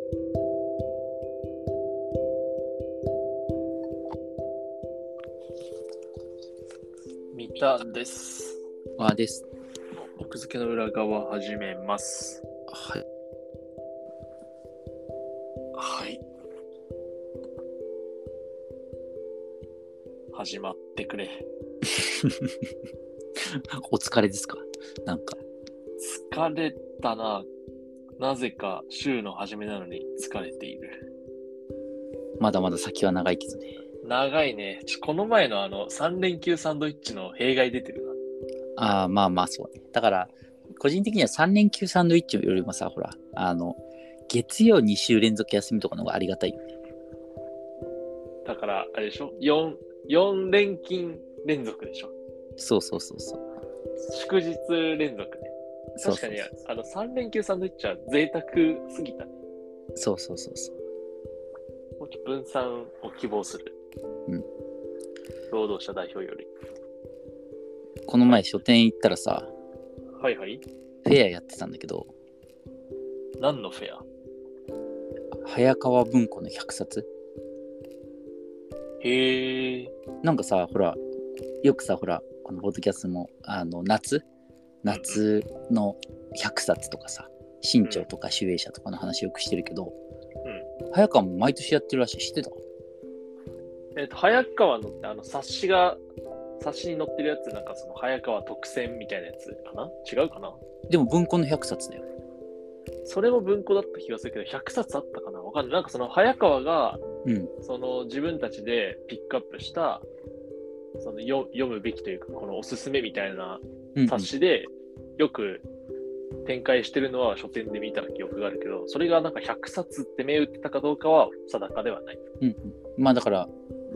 三田です。 です。 奥付けの裏側始めます。 はい。 はい。始まってくれ。 お疲れですか？なんか。 疲れたな。なぜか週の初めなのに疲れている。 まだまだ先は長いけどね。 長いね。この前の3連休サンドイッチの弊害出てるな。 まあそうね。だから個人的には3連休サンドイッチよりもさ、ほら月曜2週連続休みとかの方がありがたいよね。 だからあれでしょ、4連勤連続でしょ。 そう。 祝日連続ね。確かに3連休サンドイッチは贅沢すぎたね。 そう。 もうちょっと分散を希望する。労働者代表より。 この前書店行ったらさ、 はい。 フェアやってたんだけど。 何のフェア？ 早川文庫の100冊。 へえ。 なんかさ、ほら、よくさ、ほら、このポッドキャストも夏の100冊とかさ、新潮とか集英社とかの話よくしてるけど、早川も毎年やってるらしい。知ってた？ 早川のって冊子に載ってるやつ、なんかその早川特選みたいなやつかな？違うかな？ でも文庫の100冊だよ。 それも文庫だった気がするけど、100冊あったかな？わかんない。なんかその早川が、その自分たちでピックアップした、その読むべきというか、このおすすめみたいな冊子で、よく展開してるのは書店で見た記憶があるけど、それがなんか100冊って銘打ってたかどうかは定かではない。 まあだから、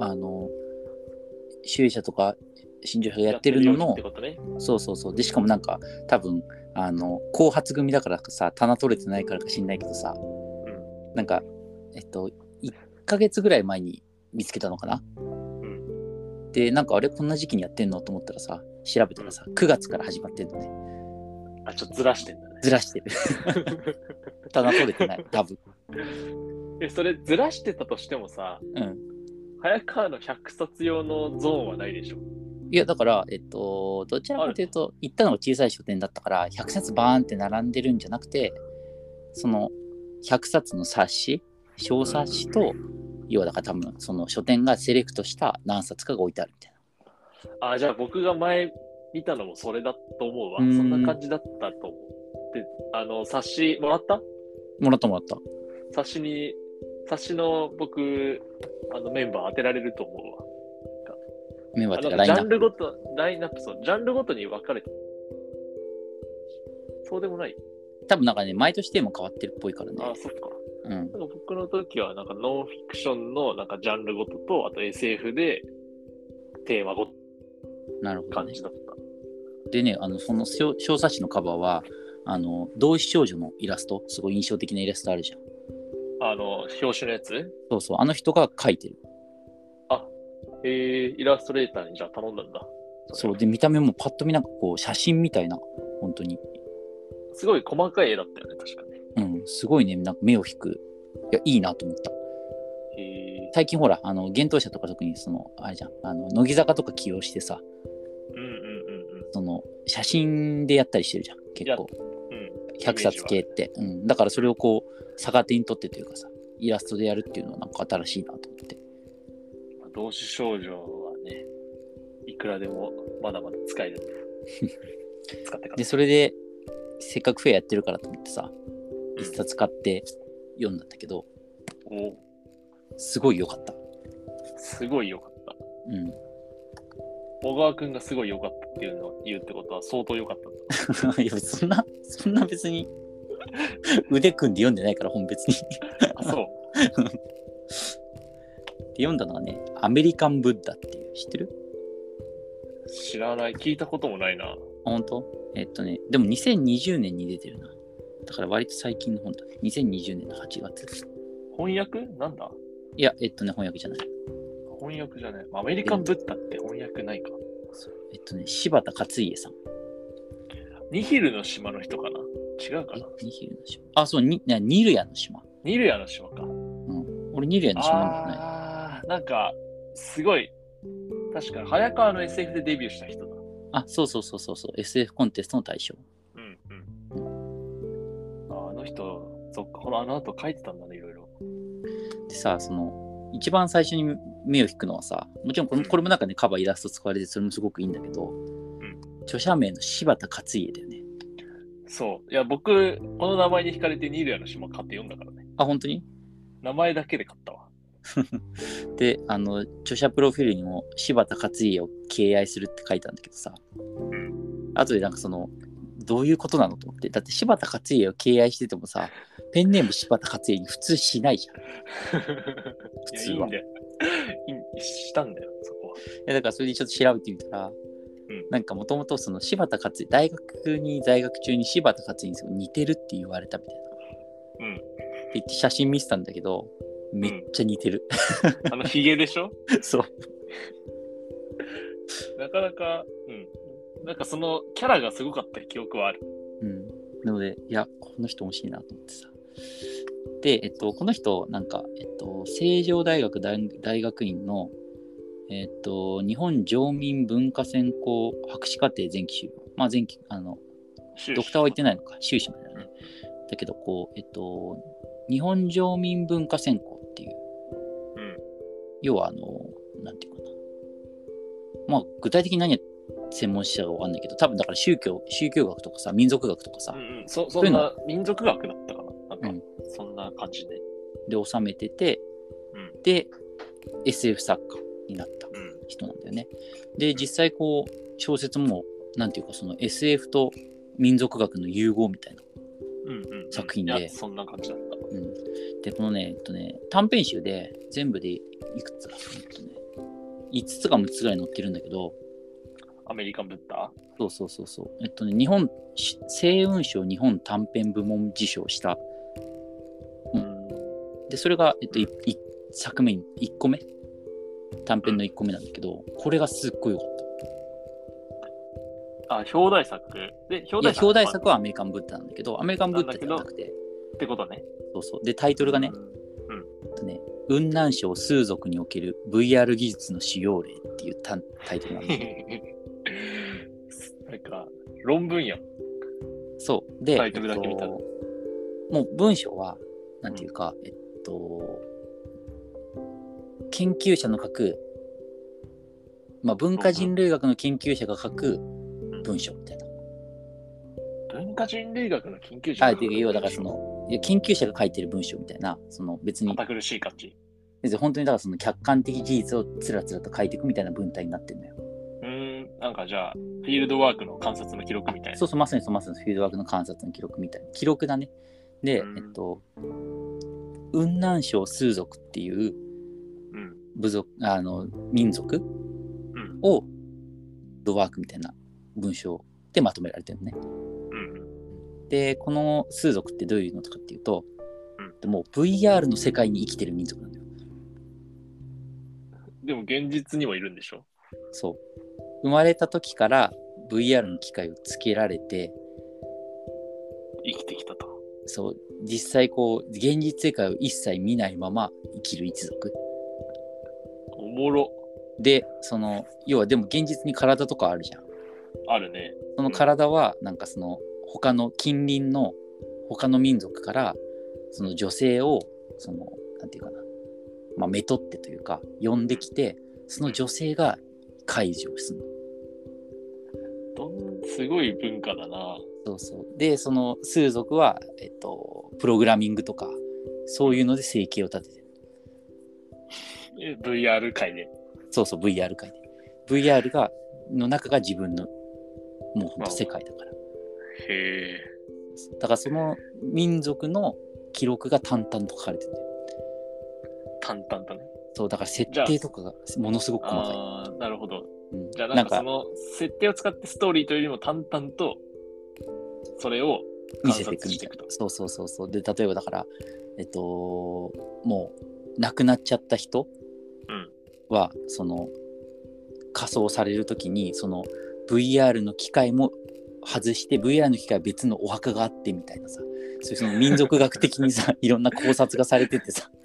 集英社とか新潮社やってるのの、そう。で、しかもなんか多分後発組だからかさ、棚取れてないからか知んないけどさ、なんか1ヶ月ぐらい前に見つけたのかな。で、なんかあれこんな時期にやってんのと思ったらさ、調べたらさ、9月から始まってんのね。 ちょっとずらしてんだね。 ずらしてる。棚取れてない、多分。 それずらしてたとしてもさ、早川の100冊用のゾーンはないでしょ。 いやだからどちらかというと行ったのが小さい書店だったから100冊バーンって並んでるんじゃなくて、その100冊の冊子、小冊子と、要はだから多分その書店がセレクトした何冊かが置いてあるみたいな。じゃあ僕が前見たのもそれだと思うわ。そんな感じだったと思う。で、冊子もらった？もらった。冊子の僕メンバー当てられると思うわ。 メンバーってかラインナップ。 ジャンルごと、ジャンルごとに分かれて。そうでもない？ 多分なんかね、毎年テーマ変わってるっぽいからね。 そっか。なんか僕の時はなんかノンフィクションのなんかジャンルごとと、あと SF でテーマごと。 なるほど、 感じだった。 でね、その小冊子のカバーは同志少女のイラスト、すごい印象的なイラストあるじゃん。 表紙のやつ？ そう、あの人が描いてる。 イラストレーターにじゃあ頼んだんだ。 そうで、見た目もパッと見なんかこう写真みたいな、本当にすごい細かい絵だったよね、確かに。すごいね、なんか目を引く。いいなと思った。最近ほら幻冬舎とか特にあれじゃん、乃木坂とか起用してさ、その写真でやったりしてるじゃん、結構。100冊系って、だからそれをこう逆手に取ってというかさ、イラストでやるっていうのはなんか新しいなと思って。 同志少女はね、いくらでもまだまだ使えるんで使ってから。 でそれでせっかくフェアやってるからと思ってさ、一冊買って読んだんだけど、すごい良かった。 小川くんがすごい良かったっていうのを言うってことは相当良かったんだ。 いやそんな別に腕組んで読んでないから、本別に。 そう。 で読んだのはね、アメリカンブッダっていう、知ってる？ 知らない、聞いたこともないな。 本当？でも2020年に出てるな。だから割と最近の本だね。2020年の8月。 翻訳？なんだ？ いや、翻訳じゃない。 翻訳じゃない。アメリカンブッダって翻訳ないか。 柴田勝家さん。 ニヒルの島の人かな？違うかな？ ニヒルの島。そう、ニルヤの島。 ニルヤの島か。 俺ニルヤの島なんだね。 なんか、すごい、確かに早川の SF でデビューした人だ。 そう、SF コンテストの対象。 あの人、そっか、あの後書いてたんだね、いろいろ。 でさ、一番最初に目を引くのはさ、もちろんこれもなんかね、カバーイラスト使われてそれもすごくいいんだけど、著者名の柴田勝家だよね。 そう。いや、僕、この名前に惹かれてニルヤの島買って読んだからね。 本当に？ 名前だけで買ったわ。 で、著者プロフィールにも柴田勝家を敬愛するって書いたんだけどさ、後でなんかどういうことなのと思って、だって柴田勝家を敬愛しててもさ、ペンネーム柴田勝家に普通しないじゃん。普通は。いいんだよ。 したんだよ、そこは。 だからそれでちょっと調べてみたら、なんかもともと柴田勝家、大学に在学中に柴田勝家に似てるって言われたみたいな。って言って写真見せたんだけど、めっちゃ似てる。 ヒゲでしょ？ そう。 なかなか、なんかそのキャラがすごかった記憶はある。 なので、いや、この人面白いなと思ってさ。で、この人、なんか、成城大学大学院の、日本常民文化専攻博士課程前期修了。前期、ドクターは言ってないのか、修士までだね。だけど、日本常民文化専攻っていう、要は、なんていうかな。具体的に何や専門者がわかんないけど、多分だから宗教学とかさ、民族学とかさ、 そんな民族学だったかな。なんか、そんな感じで。 で、収めてて、で、SF 作家になった人なんだよね。で、実際小説も、なんていうか、SF と民族学の融合みたいな作品で。 そんな感じだった。 で、このね、短編集で全部でいくつだ、5つか6つぐらい載ってるんだけど、 アメリカンブッダ？ そう。日本、星雲賞日本短編部門受賞した。で、それが、作目1個目。短編の1個目なんだけど、これがすっごい良かった。 表題作で、 表題作はアメリカンブッダなんだけど、アメリカンブッダじゃなくて。 ってことね。 そう。で、タイトルがね、雲南省数族における VR 技術の使用例っていうタイトルなんだなんか論文やん。 そうで、 タイトルだけ見たら、 もう文章はなんていうか、研究者の書く、文化人類学の研究者が書く文章みたいな。 文化人類学の研究者が書く文章？ 要はだから研究者が書いてる文章みたいな、別に堅苦しい感じ。 本当にだから客観的事実をつらつらと書いていくみたいな文体になってるんだよ。 なんかじゃあフィールドワークの観察の記録みたいな。 そう、まさにフィールドワークの観察の記録みたいな。記録だね。で、雲南省数族っていう部族、民族をフィールドワークみたいな文章でまとめられてるね。で、この数族ってどういうのとかっていうと、もう VR の世界に生きてる民族なんだよ。 でも現実にもいるんでしょ？ そう。生まれた時から VR の機械をつけられて生きてきたと。 そう。実際現実世界を一切見ないまま生きる一族。 おもろ。 で、要はでも現実に体とかあるじゃん。 あるね。 その体はなんか他の近隣の他の民族から女性をなんていうかな、めとってというか呼んできて、その女性が介助をするの。 すごい文化だな。 そう。で、数族はプログラミングとかそういうので生計を立ててる。VR 界で。 そう、VR 界で。VR の中が自分のもうほんと世界だから。 へえ。 だからその民族の記録が淡々と書かれてるんだよ。 淡々とね。 そう、だから設定とかがものすごく細かい。 なるほど。じゃあなんか設定を使ってストーリーというよりも淡々とそれを見せていくみたいな。そう。で、例えばだから、もう亡くなっちゃった人は、仮装されるときに、VR の機械も外して、VR の機械は別のお墓があってみたいなさ、 その民族学的にさ、いろんな考察がされててさ。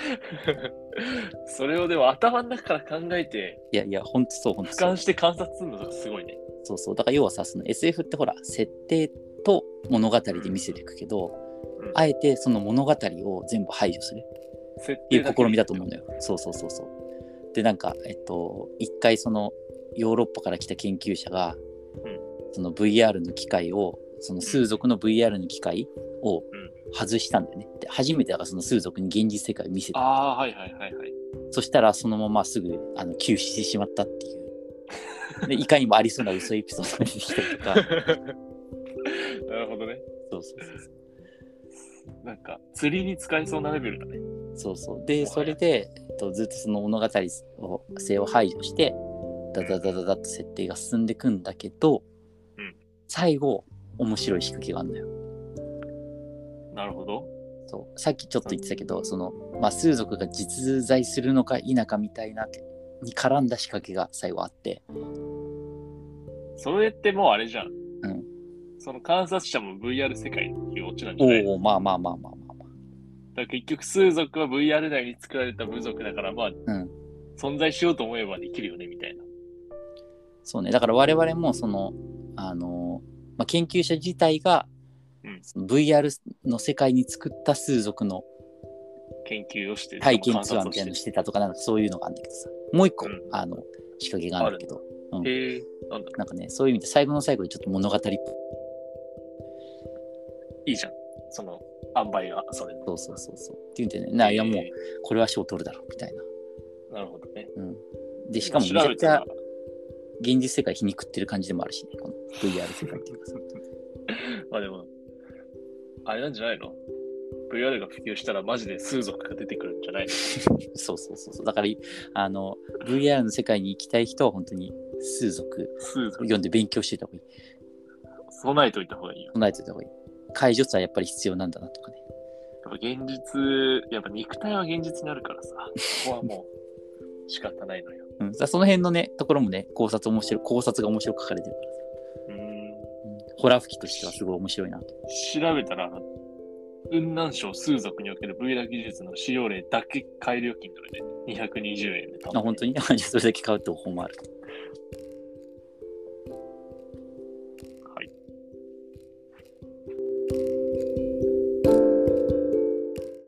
それをでも頭の中から考えて、 いやいや、ほんとそう、ほんと俯そう。 瞰して観察するのがすごいね。 そうそう。だから要はさ、その SF ってほら、設定と物語で見せていくけど、あえてその物語を全部排除するっていう試みだと思うんだよ。そうそうそうそう。で、なんか、一回そのヨーロッパから来た研究者が、その VR の機械を、その数族の VR の機械を外したんだよね。で、初めてだからその数族に現実世界を見せた。 ああ、はいはいはいはい。 そしたらそのまますぐ急死してしまったっていう。で、いかにもありそうな嘘エピソードが出てきたりとか。 なるほどね。 そうそうそうそう。 なんか釣りに使えそうなレベルだね。 そうそう。で、それで、ずっとその物語性を排除して、ダダダダダッと設定が進んでいくんだけど、最後、面白い仕掛けがあるんだよ。 なるほど。 そう。さっきちょっと言ってたけど、数族が実在するのか否かみたいなに絡んだ仕掛けが最後あって。 それってもうあれじゃん。その観察者も VR 世界っていうオチなんじゃない？ おお、まあ。だから結局、数族は VR 内に作られた部族だから、存在しようと思えばできるよね、みたいな。 そうね。だから我々も、研究者自体が、その VR の世界に作った数族の研究をして、 体験ツアーみたいなのしてたとか、なんかそういうのがあるんだけどさ、もう一個、仕掛けがあるんだけど、なんかね、そういう意味で最後の最後にちょっと物語っぽいいじゃん。その塩梅がそれ。 そう。っていうんでね、いやもうこれは賞取るだろうみたいな。なるほどね。 でしかもめちゃくちゃ現実世界皮肉ってる感じでもあるしね、この VR 世界っていうかさ。 まあでもあれなんじゃないの？ VR が普及したらマジで数族が出てくるんじゃないの？ そう。だからVR の世界に行きたい人は本当に数族読んで勉強してた方がいい。 備えておいた方がいいよ。 備えておいた方がいい。解除はやっぱり必要なんだなとかね。 やっぱ現実、やっぱ肉体は現実になるからさ、ここはもう仕方ないのよ。 その辺のね、ところもね、考察が面白く書かれてるからさ。ホラー吹きとしてはすごい面白いなと。 調べたら、雲南省数族における VR 技術の使用例だけ買える料金取れて220円で。 本当にそれだけ買うって方法もある。